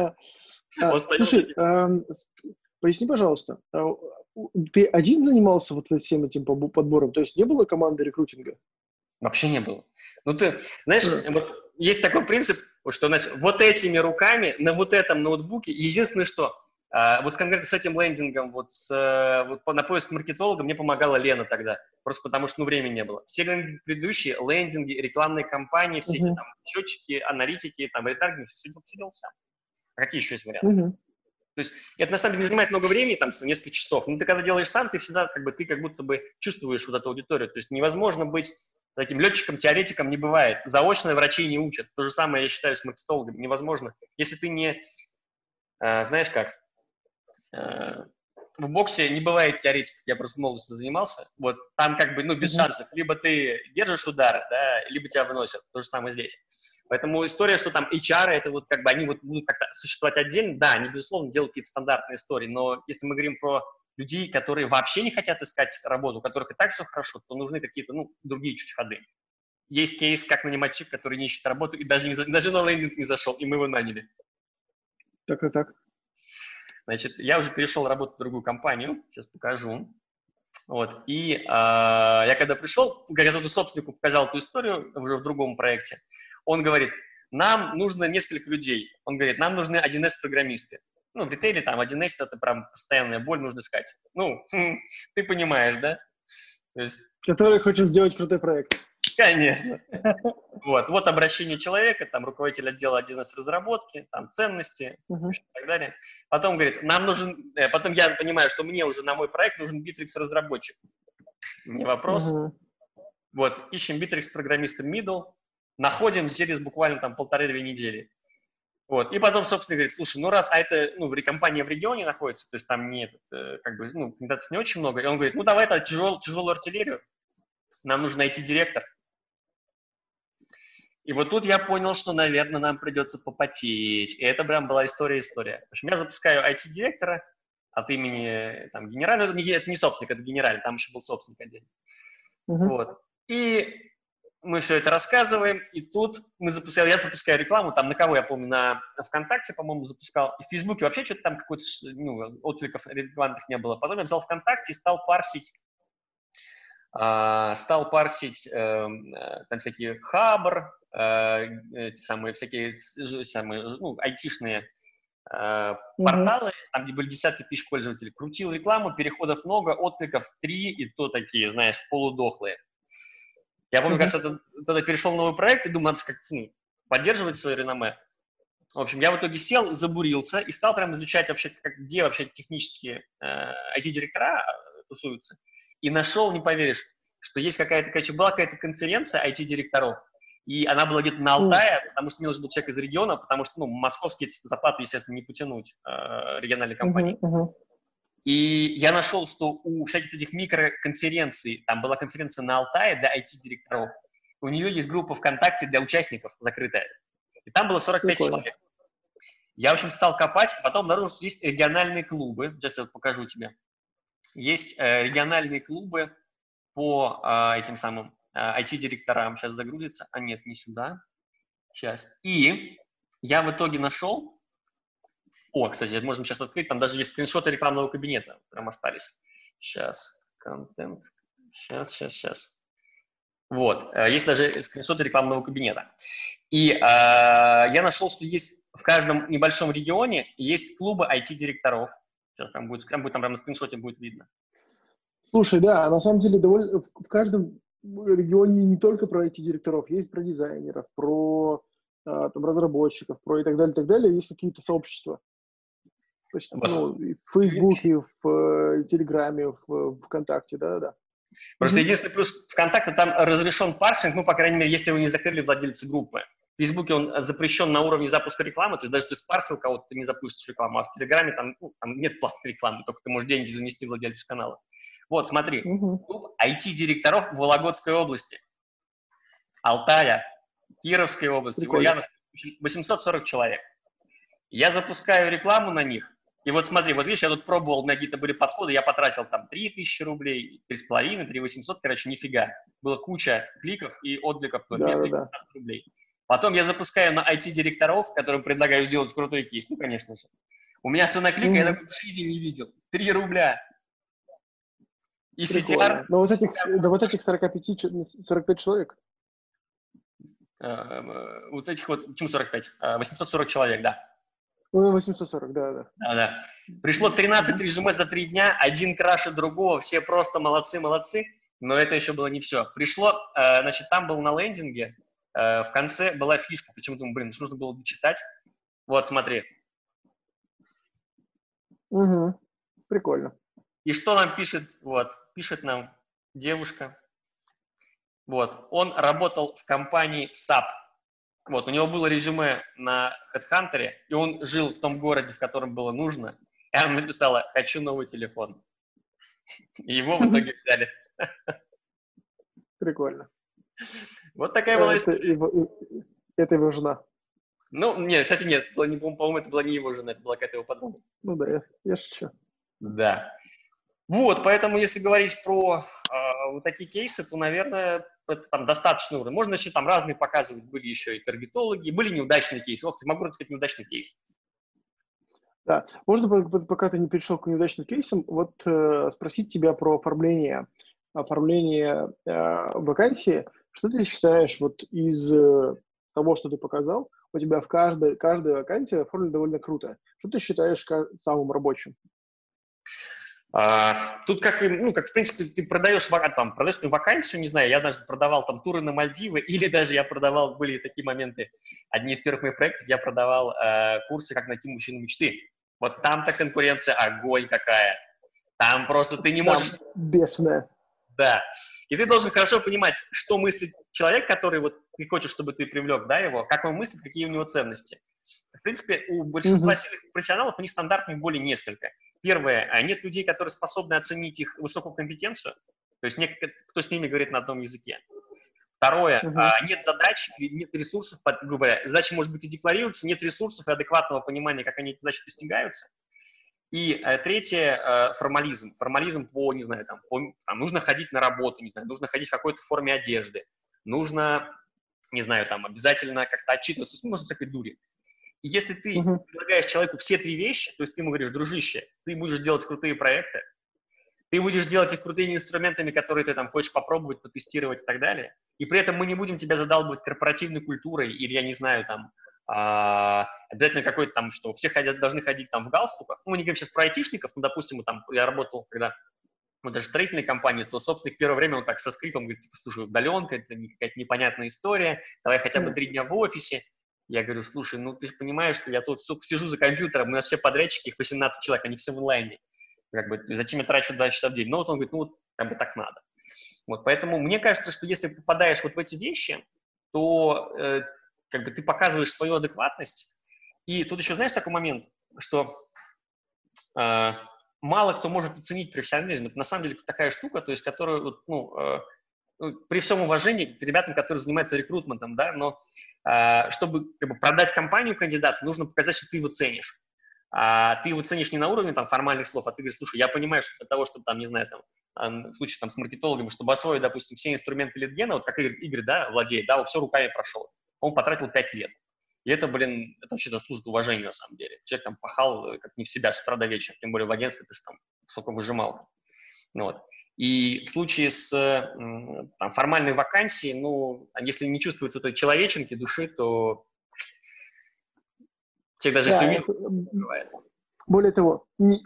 Он А, стоял с слушай, этим. ам, с- поясни, пожалуйста, а, у- ты один занимался вот всем этим побу- подбором? То есть не было команды рекрутинга? Вообще не было. Ну ты, знаешь, А, вот есть такой принцип, вот что, значит, вот этими руками на вот этом ноутбуке, единственное, что а, вот конкретно с этим лендингом, вот, с, э, вот по- на поиск маркетолога мне помогала Лена тогда, просто потому что ну, времени не было. Все лендинги предыдущие, лендинги, рекламные кампании, все эти мгм, там счетчики, аналитики, там ретаргетинг, все сидел, сидел сам. А какие еще есть варианты? мгм. То есть это на самом деле не занимает много времени, там, несколько часов, но ты когда делаешь сам, ты всегда как бы, ты как будто бы чувствуешь вот эту аудиторию. То есть невозможно быть таким летчиком, теоретиком не бывает. Заочно врачей не учат. То же самое, я считаю, с маркетологами. Невозможно. Если ты не, э, знаешь как, э, в боксе не бывает теоретиков, я просто в молодости занимался, вот там как бы, ну, без Мгм. шансов, либо ты держишь удар, да, либо тебя выносят, то же самое здесь. Поэтому история, что там эйч ар, это вот как бы они вот будут как-то существовать отдельно, да, они, безусловно, делают какие-то стандартные истории, но если мы говорим про людей, которые вообще не хотят искать работу, у которых и так все хорошо, то нужны какие-то, ну, другие чуть ходы. Есть кейс, как нанимать человека, который не ищет работу и даже, не, даже на лендинг не зашел, и мы его наняли. Так, так, так. Значит, я уже перешел работать в другую компанию, сейчас покажу. Вот. И э, я когда пришел, горизонту собственнику показал эту историю уже в другом проекте, он говорит, нам нужно несколько людей. Он говорит, нам нужны один эс-программисты. Ну, в ритейле там один эс это прям постоянная боль, нужно искать. Ну, хм, ты понимаешь, да? То есть, Который хочет сделать крутой проект. конечно. Вот, вот обращение человека, там, руководитель отдела один эс разработки, там, ценности Мгм. и так далее. Потом говорит, нам нужен, э, потом я понимаю, что мне уже на мой проект нужен Bittrex разработчик. Не вопрос. Мгм. Вот, ищем Bittrex программиста middle, находим через буквально там полторы-две недели. Вот, и потом, собственно, говорит, слушай, ну раз, а это, ну, компания в регионе находится, то есть там не, этот, э, как бы, ну, кандидатов не очень много, и он говорит, ну, давай это тяжел, тяжелую артиллерию, нам нужно найти директор. И вот тут я понял, что, наверное, нам придется попотеть. И это прям была история-история. В общем, я запускаю ай ти-директора от имени там, генерального, это не, это не собственник, это генеральный, там еще был собственник отдельно. Мгм. Вот. И мы все это рассказываем, и тут мы запускаем, я запускаю рекламу, там на кого, я помню, на ВКонтакте, по-моему, запускал, и в Фейсбуке вообще что-то там какой-то, ну, откликов рекламных не было. Потом я взял ВКонтакте и стал парсить э, стал парсить э, э, там всякие Хабр, э, эти самые всякие самые, ну, айтишные э, Угу. порталы, там, где были десятки тысяч пользователей, крутил рекламу, переходов много, откликов три, и то такие, знаешь, полудохлые. Я помню, Угу. кажется, тогда перешел в новый проект и думаю, надо как-то ну, поддерживать свое реноме. В общем, я в итоге сел, забурился и стал прям изучать вообще, как, где вообще технические э, ай ти-директора тусуются. И нашел, не поверишь, что есть какая-то, короче, была какая-то конференция ай ти-директоров, и она была где-то на Алтае, потому что мне нужен был человек из региона, потому что, ну, московские зарплаты, естественно, не потянуть э, региональной компании. Угу. Угу. И я нашел, что у всяких этих микроконференций, там была конференция на Алтае для ай ти-директоров, у нее есть группа ВКонтакте для участников закрытая. И там было сорок пять Прикольно. человек. Я, в общем, стал копать, потом обнаружил, что есть региональные клубы. Сейчас я вот покажу тебе. Есть э, региональные клубы по э, этим самым э, ай ти-директорам. Сейчас загрузится. А нет, не сюда. Сейчас. И я в итоге нашел... О, кстати, это можем сейчас открыть. Там даже есть скриншоты рекламного кабинета. Прям остались. Сейчас. Контент. Сейчас, сейчас, сейчас. Вот. Э, есть даже скриншоты рекламного кабинета. И э, я нашел, что есть в каждом небольшом регионе есть клубы ай ти-директоров. Сейчас там будет, там будет, там прямо на скриншоте будет видно. Слушай, да, на самом деле довольно в, в каждом регионе не только про ай ти-директоров, есть про дизайнеров, про а, там, разработчиков, про и так далее, и так далее. Есть какие-то сообщества. То есть, ну, Вот. и в Фейсбуке, в э, Телеграме, в, в ВКонтакте, да-да-да. Просто Угу. единственный плюс ВКонтакте, там разрешен парсинг, ну, по крайней мере, если его не закрыли владельцы группы. В Фейсбуке он запрещен на уровне запуска рекламы, то есть даже ты спарсил кого-то, ты не запустишь рекламу, а в Телеграме там, ну, там нет платной рекламы, только ты можешь деньги занести владельцу канала. Вот, смотри, Угу. клуб ай ти-директоров в Вологодской области, Алтая, Кировской области, Прикольно. Ульяновской, восемьсот сорок человек. Я запускаю рекламу на них, и вот смотри, вот видишь, я тут пробовал, у меня какие-то были подходы, я потратил там три тысячи рублей, три с половиной, три восемьсот, короче, нифига. Была куча кликов и откликов вместо Да-да-да. пятнадцати рублей. Потом я запускаю на ай ти-директоров, которым предлагаю сделать крутой кейс, ну, конечно же. У меня цена клика, Угу. я такой в жизни не видел. три рубля. И си ти Прикольно. ар... Но вот этих, да вот этих сорок пять, сорок пять человек. Э, вот этих вот, почему сорок пять? восемьсот сорок человек, да. Ну, восемьсот сорок, да-да. Да, да. Пришло тринадцать резюме за три дня, один краше другого, все просто молодцы, молодцы, но это еще было не все. Пришло, э, значит, там был на лендинге, э, в конце была фишка, почему думаю, блин, нужно было дочитать. Вот, смотри. Угу. Прикольно. И что нам пишет, вот, пишет нам девушка. Вот, он работал в компании сап. Вот, у него было резюме на HeadHunter, и он жил в том городе, в котором было нужно. И она написала: «Хочу новый телефон». И его в итоге взяли. Прикольно. Вот такая была Это история. его, это его жена. Ну, нет, кстати, нет, было не, по-моему, это была не его жена, это была какая-то его подруга. Ну да, я, я шучу. Да. Вот, поэтому, если говорить про э, вот такие кейсы, то, наверное, это там достаточно уровень. Можно еще там разные показывать, были еще и таргетологи, были неудачные кейсы. Вот, могу рассказать неудачный кейс. Да, можно, пока ты не перешел к неудачным кейсам, вот э, спросить тебя про оформление, оформление э, вакансии. Что ты считаешь вот из э, того, что ты показал, у тебя в каждой, каждой вакансии оформлено довольно круто. Что ты считаешь самым рабочим? А, тут как, ну, как, в принципе, ты продаешь, там, продаешь ты вакансию, не знаю, я даже продавал там туры на Мальдивы, или даже я продавал, были такие моменты, одни из первых моих проектов, я продавал э, курсы «Как найти мужчину мечты». Вот там-то конкуренция огонь какая. Там просто ты не можешь... Там бешеная. Да. И ты должен хорошо понимать, что мыслит человек, который вот ты хочешь, чтобы ты привлек, да, его, как он мыслит, какие у него ценности. В принципе, у большинства Mm-hmm. сильных профессионалов у них стандартных более несколько. Первое, нет людей, которые способны оценить их высокую компетенцию, то есть некто, кто с ними говорит на одном языке. Второе, Mm-hmm. нет задач, нет ресурсов, грубо говоря, задачи, может быть, и декларируются, нет ресурсов и адекватного понимания, как они эти задачи достигаются. И третье, формализм. Формализм по, не знаю, там, по, там, нужно ходить на работу, не знаю, нужно ходить в какой-то форме одежды, нужно, не знаю, там, обязательно как-то отчитываться, ну, можно всякой дури. И если ты Mm-hmm. предлагаешь человеку все три вещи, то есть ты ему говоришь: дружище, ты будешь делать крутые проекты, ты будешь делать их крутыми инструментами, которые ты там хочешь попробовать, потестировать и так далее. И при этом мы не будем тебя задалбывать корпоративной культурой или, я не знаю, там, а, обязательно какой-то там, что все ходят, должны ходить там в галстуках. Ну, мы не говорим сейчас про айтишников, но, допустим, там, я работал, когда вот даже в строительной компании, то, собственно, в первое время он так со скрипом говорит, типа, слушай, удаленка, это какая-то непонятная история, давай хотя бы три дня в офисе. Я говорю, слушай, ну ты же понимаешь, что я тут сука, сижу за компьютером, у нас все подрядчики, их восемнадцать человек, они все в онлайне. Как бы, зачем я трачу два часа в день? Ну вот он говорит, ну вот как бы так надо. Вот, поэтому мне кажется, что если попадаешь вот в эти вещи, то э, как бы ты показываешь свою адекватность. И тут еще, знаешь, такой момент, что э, мало кто может оценить профессионализм. Это на самом деле такая штука, то есть, которую, ну, э, при всем уважении к ребятам, которые занимаются рекрутментом, да, но э, чтобы как бы, продать компанию кандидату, нужно показать, что ты его ценишь. А ты его ценишь не на уровне там, формальных слов, а ты говоришь, слушай, я понимаю, что для того, чтобы, там, не знаю, там, в случае там, с маркетологами, чтобы освоить, допустим, все инструменты лид-гена, вот как Игорь, Игорь, да, владеет, да, он все руками прошел. Он потратил пять лет. И это, блин, это вообще заслужит уважения, на самом деле. Человек там пахал как не в себя с утра до вечера, тем более в агентстве ты же там соковыжималка. Ну, вот. И в случае с там, формальной вакансией, ну, если не чувствуется этой человеченки, души, то человек даже Да, если увидит, бывает. Более того,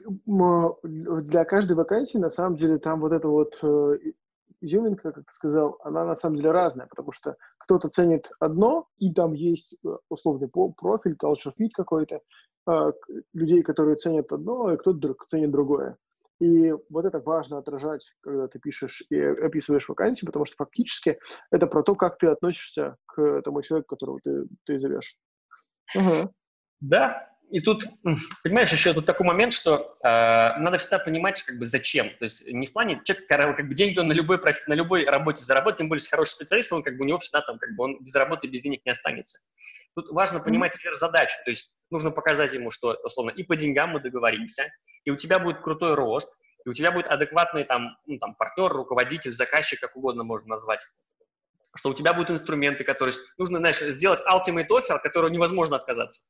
для каждой вакансии, на самом деле, там вот эта вот изюминка, как ты сказал, она на самом деле разная, потому что кто-то ценит одно, и там есть условный профиль, culture fit какой-то, людей, которые ценят одно, и кто-то ценит другое. И вот это важно отражать, когда ты пишешь и описываешь вакансию, потому что фактически это про то, как ты относишься к тому человеку, которого ты, ты зовешь. Угу. Да, и тут, понимаешь, еще тут такой момент, что э, надо всегда понимать, как бы, зачем. То есть не в плане, человек, как бы, деньги он на любой, профи, на любой работе заработает, тем более, если хороший специалист, он, как бы, у него всегда там, как бы, он без работы, без денег не останется. Тут важно понимать сверхзадачу, то есть нужно показать ему, что, условно, и по деньгам мы договоримся, и у тебя будет крутой рост, и у тебя будет адекватный там, ну, там партнер, руководитель, заказчик, как угодно можно назвать, что у тебя будут инструменты, которые нужно, знаешь, сделать ultimate offer, от которого невозможно отказаться.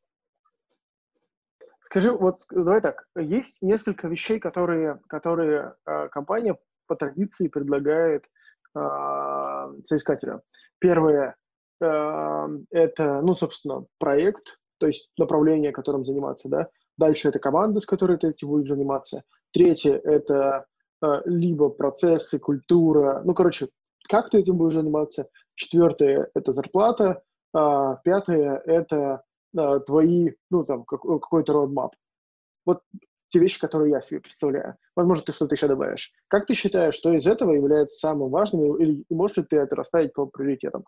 Скажи, вот давай так, есть несколько вещей, которые, которые э, компания по традиции предлагает э, соискателям. Первое э, это, ну, собственно, проект, то есть направление, которым заниматься, да. Дальше это команда, с которой ты этим будешь заниматься. Третье это э, либо процессы, культура, ну, короче, как ты этим будешь заниматься. Четвертое это зарплата. Э, пятое это твои, ну, там, какой-то roadmap. Вот те вещи, которые я себе представляю. Возможно, ты что-то еще добавишь. Как ты считаешь, что из этого является самым важным, или можешь ли ты это расставить по приоритетам?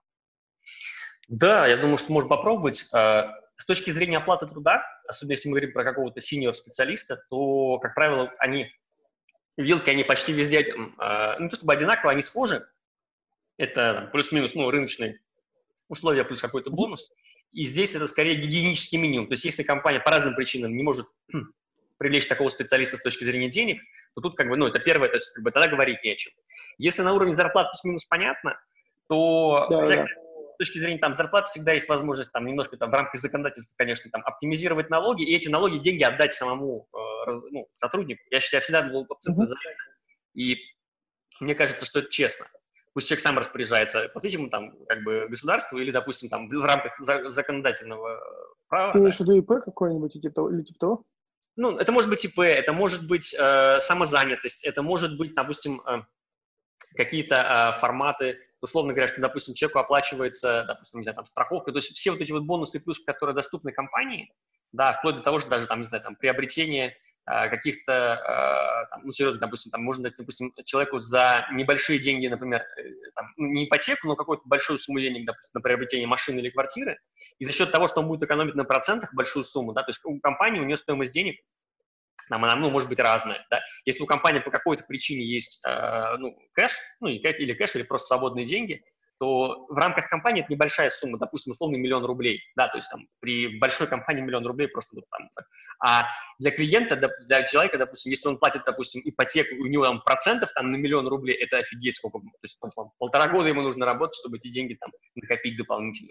Да, я думаю, что можно попробовать. С точки зрения оплаты труда, особенно если мы говорим про какого-то синьор-специалиста, то, как правило, они, вилки, они почти везде, ну, то чтобы одинаково, они схожи. Это плюс-минус, ну, рыночные условия плюс какой-то бонус. И здесь это скорее гигиенический минимум. То есть если компания по разным причинам не может привлечь такого специалиста с точки зрения денег, то тут как бы, ну, это первое, то есть как бы тогда говорить не о чем. Если на уровне зарплаты плюс-минус понятно, то да, хотя, да. кстати, с точки зрения там зарплаты всегда есть возможность там немножко там в рамках законодательства, конечно, там оптимизировать налоги и эти налоги, деньги отдать самому э, ну, сотруднику. Я считаю, всегда был абсолютно за это. И мне кажется, что это честно. Пусть человек сам распоряжается, платить ему там как бы государству или, допустим, там в рамках законодательного права. Ты имеешь в да. виду ИП какой-нибудь или типа того? Ну, это может быть ИП, это может быть э, самозанятость, это может быть, допустим, э, какие-то э, форматы, условно говоря, что, допустим, человеку оплачивается, допустим, не знаю, там, страховка, то есть все вот эти вот бонусы и плюшки, которые доступны компании, да, вплоть до того, что даже, там, не знаю, там, приобретение э, каких-то, э, там, ну, серьезно, допустим, там, можно дать, допустим, человеку за небольшие деньги, например, э, там, не ипотеку, но какую-то большую сумму денег, допустим, на приобретение машины или квартиры, и за счет того, что он будет экономить на процентах большую сумму, да, то есть у компании, у нее стоимость денег, там, она, ну, может быть разная, да. Если у компании по какой-то причине есть, э, ну, кэш, ну, или кэш, или просто свободные деньги, то в рамках компании это небольшая сумма, допустим, условно миллион рублей, да, то есть там при большой компании миллион рублей просто вот там. А для клиента, для человека, допустим, если он платит, допустим, ипотеку, у него там процентов там на миллион рублей, это офигеть сколько, то есть там, полтора года ему нужно работать, чтобы эти деньги там накопить дополнительно,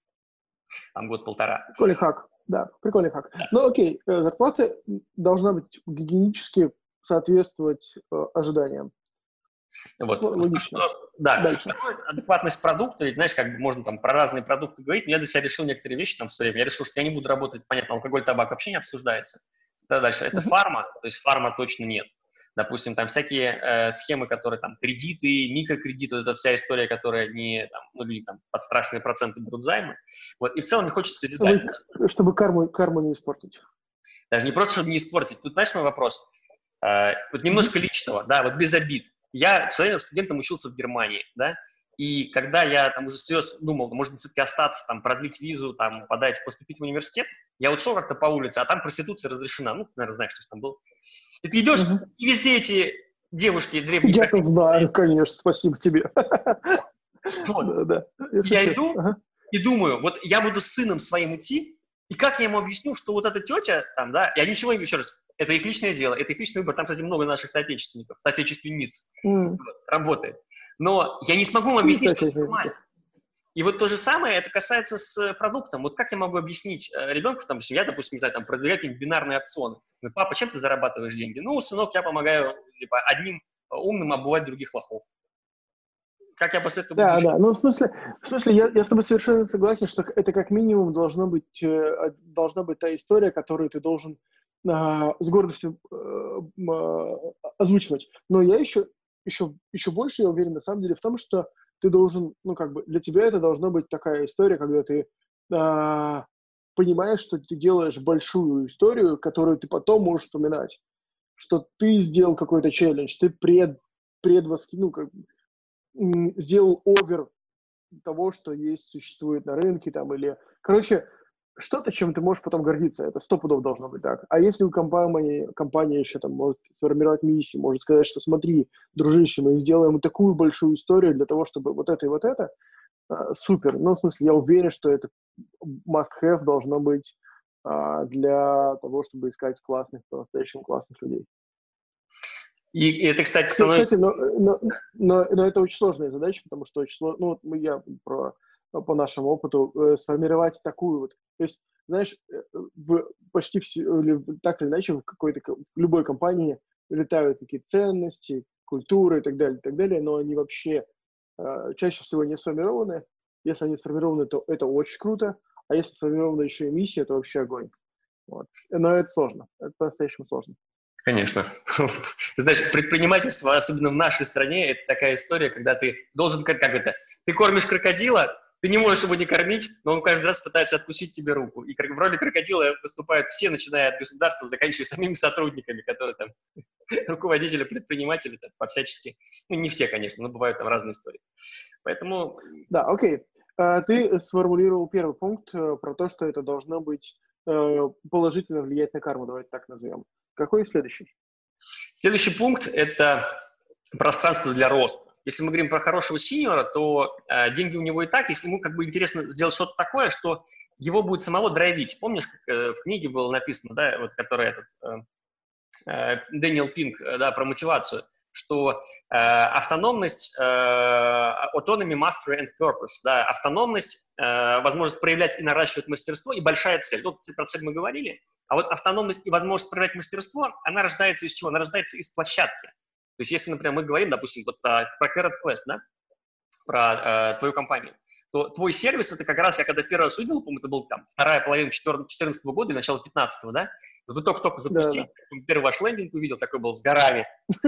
там год-полтора. Прикольный хак, да, прикольный хак. Да. Ну окей, зарплата должна быть гигиенически соответствовать э, ожиданиям. Вот. Ну, логично. Что, да, Дальше. второе, адекватность продукта. Ведь, знаешь, как бы можно там про разные продукты говорить, но я для себя решил некоторые вещи там в свое время. Я решил, что я не буду работать, понятно, алкоголь, табак вообще не обсуждается. Тогда дальше. Это Мгм. фарма, то есть фарма точно нет. Допустим, там всякие э, схемы, которые там кредиты, микрокредиты, это вся история, которая не, там, ну, люди там под страшные проценты берут займы. Вот. И в целом не хочется созидать. Чтобы, чтобы карму, карму не испортить. Даже не просто, чтобы не испортить. Тут, знаешь, мой вопрос? Э, вот немножко личного, да, вот без обид. Я в свое время студентом учился в Германии, да, и когда я там уже серьезно думал, может быть, все-таки остаться, там, продлить визу, там, подать, поступить в университет, я вот шел как-то по улице, а там проституция разрешена, ну, ты, наверное, знаешь, что там был. И ты идешь, Мгм. и везде эти девушки древние. Я-то знаю, конечно, спасибо тебе. Вот. Да, да. Я иду Ага. и думаю, вот я буду с сыном своим идти, и как я ему объясню, что вот эта тетя там, да, я ничего не еще раз, это их личное дело, это их личный выбор, там, кстати, много наших соотечественников, соотечественниц М. вот, работает. Но я не смогу им И, объяснить, что кстати, это нормально. И вот то же самое, это касается с продуктом. Вот как я могу объяснить э, ребенку, там, я, допустим, не знаю, там, продвигаю какие-нибудь бинарные опционы. Говорю, папа, чем ты зарабатываешь деньги? Ну, сынок, я помогаю типа, одним умным обувать других лохов. Как я после этого буду Да, учить? да. Ну, в смысле, в смысле я, я с тобой совершенно согласен, что это как минимум должно быть, э, должна быть та история, которую ты должен э, с гордостью э, э, озвучивать. Но я еще, еще, еще больше, я уверен, на самом деле, в том, что ты должен, ну, как бы, для тебя это должна быть такая история, когда ты э, понимаешь, что ты делаешь большую историю, которую ты потом можешь вспоминать. Что ты сделал какой-то челлендж, ты пред, предвосхи, ну, как, м, сделал овер того, что есть, существует на рынке, там, или, короче, что-то, чем ты можешь потом гордиться, это сто пудов должно быть так. А если у компании, компания еще там может сформировать миссию, может сказать, что смотри, дружище, мы сделаем такую большую историю для того, чтобы вот это и вот это, а, супер. Ну, в смысле, я уверен, что это must-have должно быть а, для того, чтобы искать классных, по-настоящему классных людей. И, и это, кстати, Кстати, становится... но, но, но, но это очень сложная задача, потому что очень сложно, ну, вот мы, я про, по нашему опыту, э, сформировать такую вот, то есть, знаешь, э, в, почти все, или, так или иначе, в какой-то, в любой компании летают какие-то ценности, культура и так далее, и так далее, но они вообще э, чаще всего не сформированы. Если они сформированы, то это очень круто, а если сформирована еще и миссия, то вообще огонь. Вот. Но это сложно, это по-настоящему сложно. Конечно. Ты знаешь, предпринимательство, особенно в нашей стране, это такая история, когда ты должен, как, как это, ты кормишь крокодила, ты не можешь его не кормить, но он каждый раз пытается откусить тебе руку. И в роли крокодила выступают все, начиная от государства, заканчивая самими сотрудниками, которые там, руководители, предприниматели, там, по-всячески, ну, не все, конечно, но бывают там разные истории. Поэтому... Да, окей. А, ты сформулировал первый пункт э, про то, что это должно быть э, положительно влиять на карму, давайте так назовем. Какой следующий? Следующий пункт – это пространство для роста. Если мы говорим про хорошего синьора, то э, деньги у него и так, если ему как бы интересно сделать что-то такое, что его будет самого драйвить. Помнишь, как э, в книге было написано, да, вот, которая этот э, э, Дэниел Пинк, э, да, про мотивацию, что э, автономность, э, autonomy, mastery and purpose, да, автономность, э, возможность проявлять и наращивать мастерство и большая цель. Вот про цель мы говорили. А вот автономность и возможность проявлять мастерство, она рождается из чего? Она рождается из площадки. То есть если, например, мы говорим, допустим, вот, а, про Carrot Quest, да, про э, твою компанию, то твой сервис, это как раз, я когда первый раз увидел, по-моему, это был там вторая половина две тысячи четырнадцатого года и начало две тысячи пятнадцатого, да, вы только-только запустили, Да, первый ваш лендинг увидел, такой был с горами.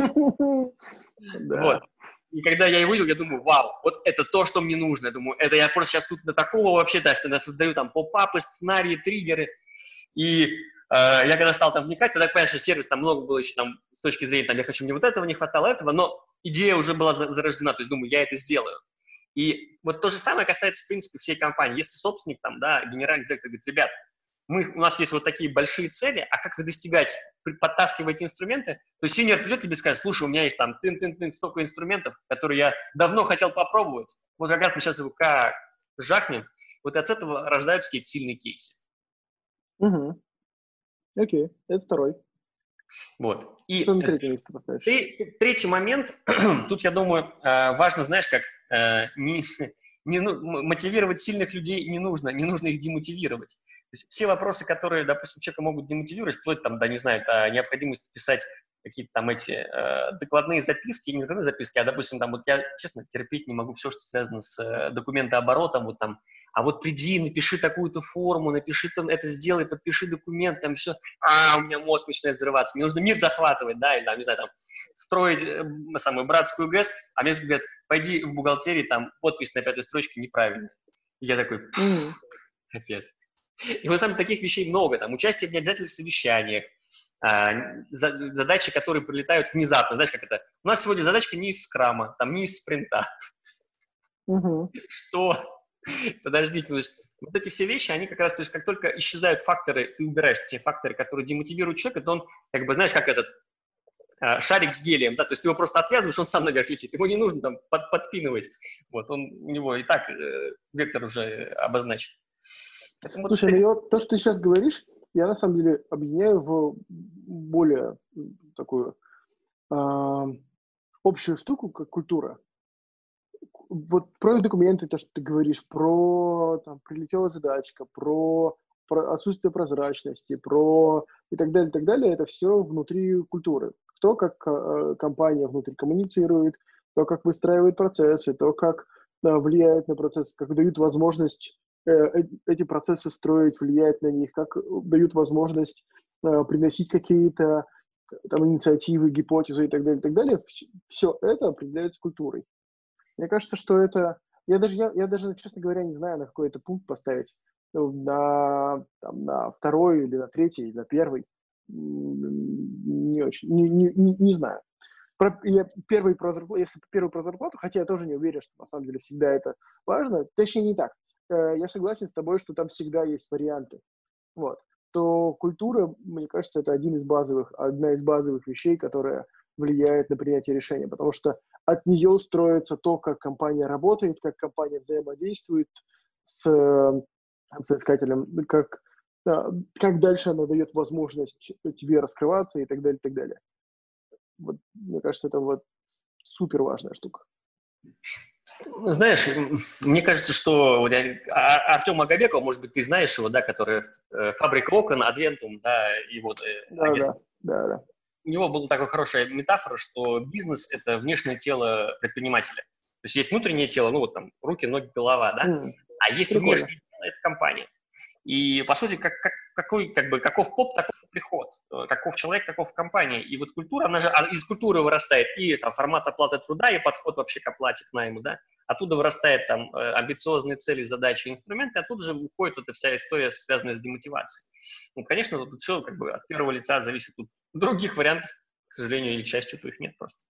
да. Вот. И когда я его увидел, я думаю, вау, вот это то, что мне нужно. Я думаю, это я просто сейчас тут до такого вообще, да, что я создаю там поп-апы, сценарии, триггеры. И э, я когда стал там вникать, тогда, понятно, что сервис там много было еще там с точки зрения, там, я хочу, мне вот этого не хватало, этого, но идея уже была зарождена, то есть думаю, я это сделаю. И вот то же самое касается, в принципе, всей компании. Если собственник там, да, генеральный директор говорит, ребят, мы, у нас есть вот такие большие цели, а как их достигать, подтаскивая эти инструменты, то синьор придет тебе и скажет, слушай, у меня есть там тын-тын-тын столько инструментов, которые я давно хотел попробовать, вот как раз мы сейчас его как жахнем, вот от этого рождаются какие-то сильные кейсы. Угу. Окей, это второй. Вот. И что на третьем месте поставишь? Три, третий момент, тут, я думаю, важно, знаешь, как не, не, мотивировать сильных людей не нужно, не нужно их демотивировать. То есть все вопросы, которые, допустим, человека могут демотивировать, вплоть там, да, не знаю, до необходимости писать какие-то там эти э, докладные записки, не докладные записки, а, допустим, там вот я, честно, терпеть не могу все, что связано с э, документооборотом, вот там, а вот приди, напиши такую-то форму, напиши там это, сделай, подпиши документ, там все, а, у меня мозг начинает взрываться, мне нужно мир захватывать, да, или там, не знаю, там, строить э, самую братскую ГЭС, а мне говорят, пойди в бухгалтерии, там, подпись на пятой строчке неправильная. И я такой, Mm. капец. И вот самых таких вещей много, там, участие в необязательных совещаниях, а, за, задачи, которые прилетают внезапно, знаешь, как это, у нас сегодня задачка не из скрама, там, не из спринта. Mm-hmm. Что? Подождите, то есть вот эти все вещи, они как раз, то есть как только исчезают факторы, ты убираешь те факторы, которые демотивируют человека, то он, как бы, знаешь, как этот э, шарик с гелием, да, то есть ты его просто отвязываешь, он сам наверх летит, ему не нужно там под, подпинывать, вот, он, у него и так э, вектор уже обозначен. Поэтому вот Слушай, это- ну я, то, что ты сейчас говоришь, я на самом деле объединяю в более такую а, общую штуку, как культура. Вот про документы, то, что ты говоришь, про там, прилетела задачка, про, про отсутствие прозрачности, про и так далее, и так далее, это все внутри культуры. Кто как э, компания внутри коммуницирует, то, как выстраивает процессы, то, как э, влияет на процессы, как дают возможность э, э, эти процессы строить, влиять на них, как дают возможность э, приносить какие-то там инициативы, гипотезы и так далее, и так далее. Все это определяется культурой. Мне кажется, что это... Я даже, я, я даже, честно говоря, не знаю, на какой это пункт поставить. Ну, на, там, на второй или на третий, или на первый. Не очень, не, не, не, не знаю. Про, я первый про зарплату, если первый про зарплату, хотя я тоже не уверен, что на самом деле всегда это важно. Точнее, не так. Я согласен с тобой, что там всегда есть варианты. Вот. То культура, мне кажется, это один из базовых, одна из базовых вещей, которая влияет на принятие решения, потому что от нее строится то, как компания работает, как компания взаимодействует с соискателем, как, как дальше она дает возможность тебе раскрываться и так далее, и так далее. Вот, мне кажется, это вот супер важная штука. Знаешь, мне кажется, что вот я, а, Артем Агабеков, может быть, ты знаешь его, да, который э, «Фабрика окон», «Адвентум», да, и вот э, Да, да, да, да. У него была такая хорошая метафора, что бизнес – это внешнее тело предпринимателя. То есть есть внутреннее тело, ну вот там руки, ноги, голова, да, Mm, а есть прикольно. внешнее тело – это компания. И, по сути, как, как, какой, как бы, каков поп, таков и приход. Каков человек, таков компания. И вот культура, она же из культуры вырастает и там, формат оплаты труда, и подход вообще к оплате, к найму, да. Оттуда вырастает там амбициозные цели, задачи, инструменты, оттуда же выходит эта вся история, связанная с демотивацией. Ну, конечно, тут все как бы от первого лица зависит. Тут других вариантов, к сожалению, или к счастью, их нет просто.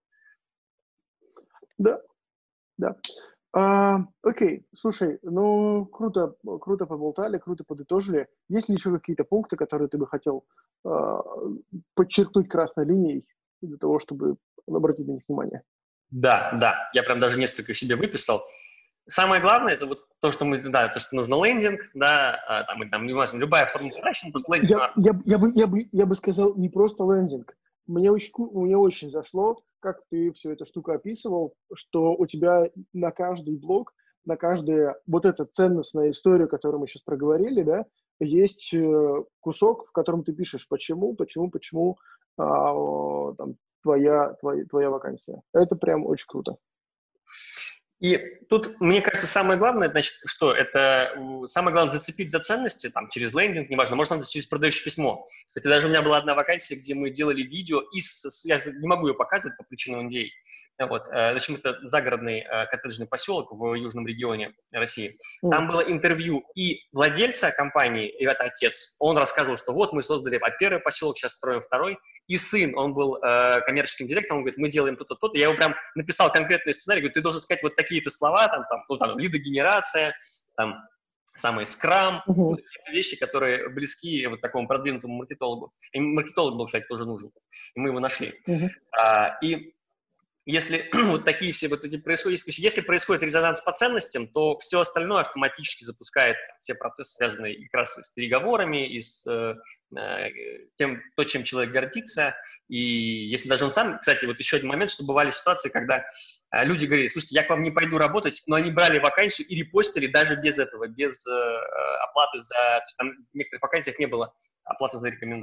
Да, да. А, окей, слушай, ну, круто, круто поболтали, круто подытожили. Есть ли еще какие-то пункты, которые ты бы хотел а, подчеркнуть красной линией для того, чтобы обратить на них внимание? Да, да, я прям даже несколько себе выписал. Самое главное, это вот то, что мы, да, то, что нужно лендинг, да, там, и, там, не важно, любая форма продаж, просто лендинг. Я, я, я, бы, я, бы, я бы сказал не просто лендинг. Мне очень, мне очень зашло, как ты всю эту штуку описывал, что у тебя на каждый блок, на каждую вот эту ценностную историю, которую мы сейчас проговорили, да, есть кусок, в котором ты пишешь, почему, почему, почему а, там, твоя, твоя, твоя вакансия. Это прям очень круто. И тут, мне кажется, самое главное, значит, что это самое главное зацепить за ценности, там, через лендинг, неважно, может, надо через продающее письмо. Кстати, даже у меня была одна вакансия, где мы делали видео, из, я не могу ее показывать по причинам эн ди эй. Вот, в общем, это загородный коттеджный поселок в южном регионе России. Там было интервью и владельца компании, и это отец. Он рассказывал, что вот мы создали первый поселок, сейчас строим второй. И сын, он был э, коммерческим директором, он говорит, мы делаем то-то, то-то. Я ему прям написал конкретный сценарий, говорю, ты должен сказать вот такие-то слова, там, там, ну, там, лидогенерация, там, самый скрам, uh-huh. вот какие-то вещи, которые близки вот такому продвинутому маркетологу. И маркетолог был, кстати, тоже нужен. И мы его нашли. Uh-huh. А, и если вот такие все вот эти происходят, если происходит резонанс по ценностям, то все остальное автоматически запускает все процессы, связанные как раз с переговорами, и с э, тем, то, чем человек гордится. И если даже он сам, кстати, вот еще один момент, что бывали ситуации, когда э, люди говорили, слушайте, я к вам не пойду работать, но они брали вакансию и репостили даже без этого, без э, оплаты за... То есть там в некоторых вакансиях не было оплаты за рекомендацию.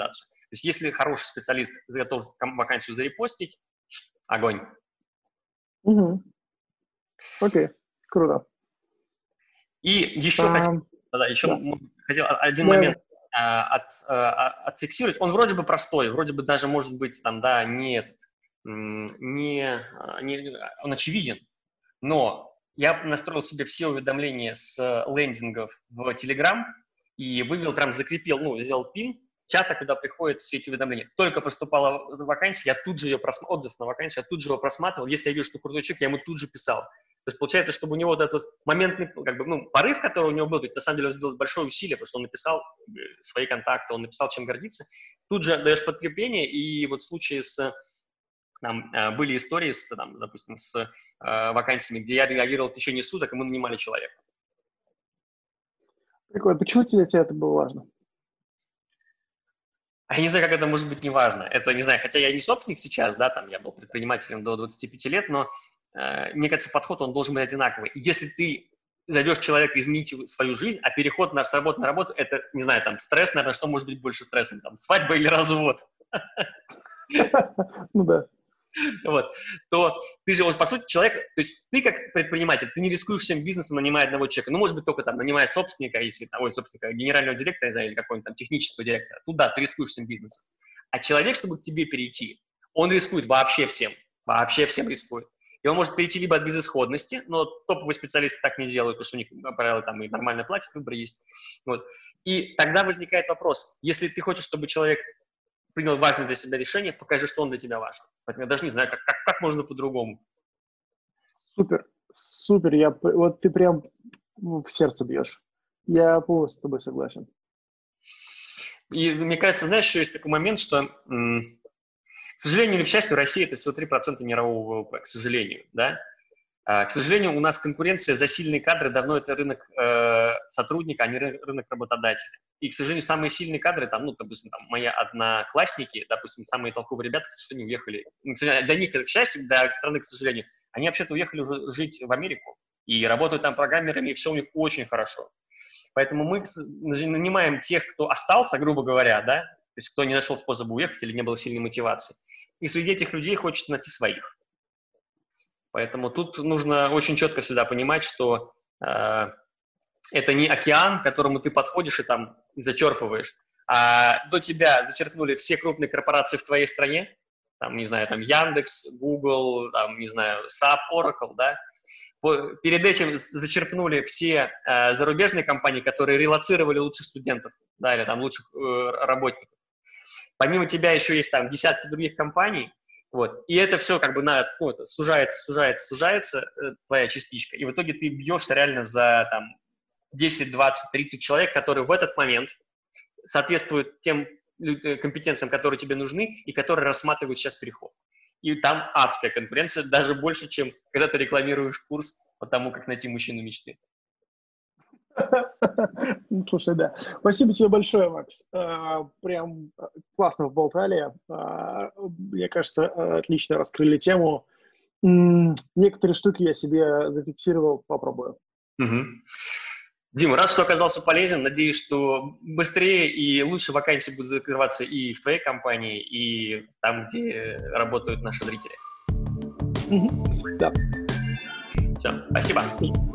есть если хороший специалист готов вакансию зарепостить, огонь. Угу. Окей, круто. И еще, А, хотел, да, еще да. хотел один Да. момент а, от, а, отфиксировать. Он вроде бы простой, вроде бы даже может быть там, да, не, этот, не, не, он очевиден, но я настроил себе все уведомления с лендингов в Telegram и вывел, прям закрепил, ну, сделал пин чата, куда приходят все эти уведомления. Только поступала вакансия, я тут же ее просматривал, отзыв на вакансию, я тут же его просматривал. Если я вижу, что крутой человек, я ему тут же писал. То есть получается, чтобы у него вот этот вот моментный, как бы, ну, порыв, который у него был, ведь на самом деле он сделал большое усилие, потому что он написал свои контакты, он написал, чем гордится. Тут же даешь подкрепление, и вот в случае с... Там э, были истории, с, там, допустим, с э, вакансиями, где я реагировал в течение суток, и мы нанимали человека. Прикольно. Почему для тебя это было важно? Я не знаю, как это может быть не важно. Это, не знаю, хотя я не собственник сейчас, да, там я был предпринимателем до двадцати пяти лет, но э, мне кажется, подход, он должен быть одинаковый. Если ты зовешь человека изменить свою жизнь, а переход на, с работы на работу, это, не знаю, там, стресс, наверное, что может быть больше стрессом, там, свадьба или развод. Ну да. Вот, то ты же, вот, по сути, человек, то есть ты как предприниматель, ты не рискуешь всем бизнесом, нанимая одного человека, ну, может быть, только там, нанимая собственника, если, ой, собственника, генерального директора, не знаю, или какого-нибудь там технического директора, тут, да, ты рискуешь всем бизнесом. А человек, чтобы к тебе перейти, он рискует вообще всем, вообще всем рискует. И он может перейти либо от безысходности, но топовые специалисты так не делают, потому что у них, как правило, там и нормально платят, выбор есть. Вот. И тогда возникает вопрос, если ты хочешь, чтобы человек принял важное для себя решение, покажи, что он для тебя важен. Поэтому я даже не знаю, как, как, как можно по-другому. Супер, супер. Я, вот ты прям в сердце бьешь. Я полностью с тобой согласен. И мне кажется, знаешь, еще есть такой момент, что, м- к сожалению или к счастью, Россия – это всего три процента мирового ВВП, к сожалению, да. А, к сожалению, у нас конкуренция за сильные кадры, давно это рынок э, сотрудника, а не рынок работодателя. И, к сожалению, самые сильные кадры, там, ну, допустим, там, мои одноклассники, допустим, самые толковые ребята, к сожалению, уехали. Для них, к счастью, для страны, к сожалению, они вообще-то уехали уже жить в Америку и работают там программерами, и все у них очень хорошо. Поэтому мы нанимаем тех, кто остался, грубо говоря, да, то есть кто не нашел способа уехать или не было сильной мотивации. И среди этих людей хочется найти своих. Поэтому тут нужно очень четко всегда понимать, что э, это не океан, к которому ты подходишь и там зачерпываешь, а до тебя зачерпнули все крупные корпорации в твоей стране, там, не знаю, там Яндекс, Google, там, не знаю, сап, Oracle, да. Перед этим зачерпнули все э, зарубежные компании, которые релоцировали лучших студентов, да, или там лучших э, работников. Помимо тебя еще есть там десятки других компаний. Вот. И это все как бы на, ну, это сужается, сужается, сужается, э, твоя частичка. И в итоге ты бьешься реально за там, десять, двадцать, тридцать человек, которые в этот момент соответствуют тем компетенциям, которые тебе нужны и которые рассматривают сейчас переход. И там адская конкуренция, даже больше, чем когда ты рекламируешь курс по тому, как найти мужчину мечты. Слушай, да. Спасибо тебе большое, Макс. Прям классно вболтали. Мне кажется, отлично раскрыли тему. Некоторые штуки я себе зафиксировал, попробую. Угу. Дима, рад, что оказался полезен. Надеюсь, что быстрее и лучше вакансии будут закрываться и в твоей компании, и там, где работают наши зрители. Угу. Да. Все, спасибо.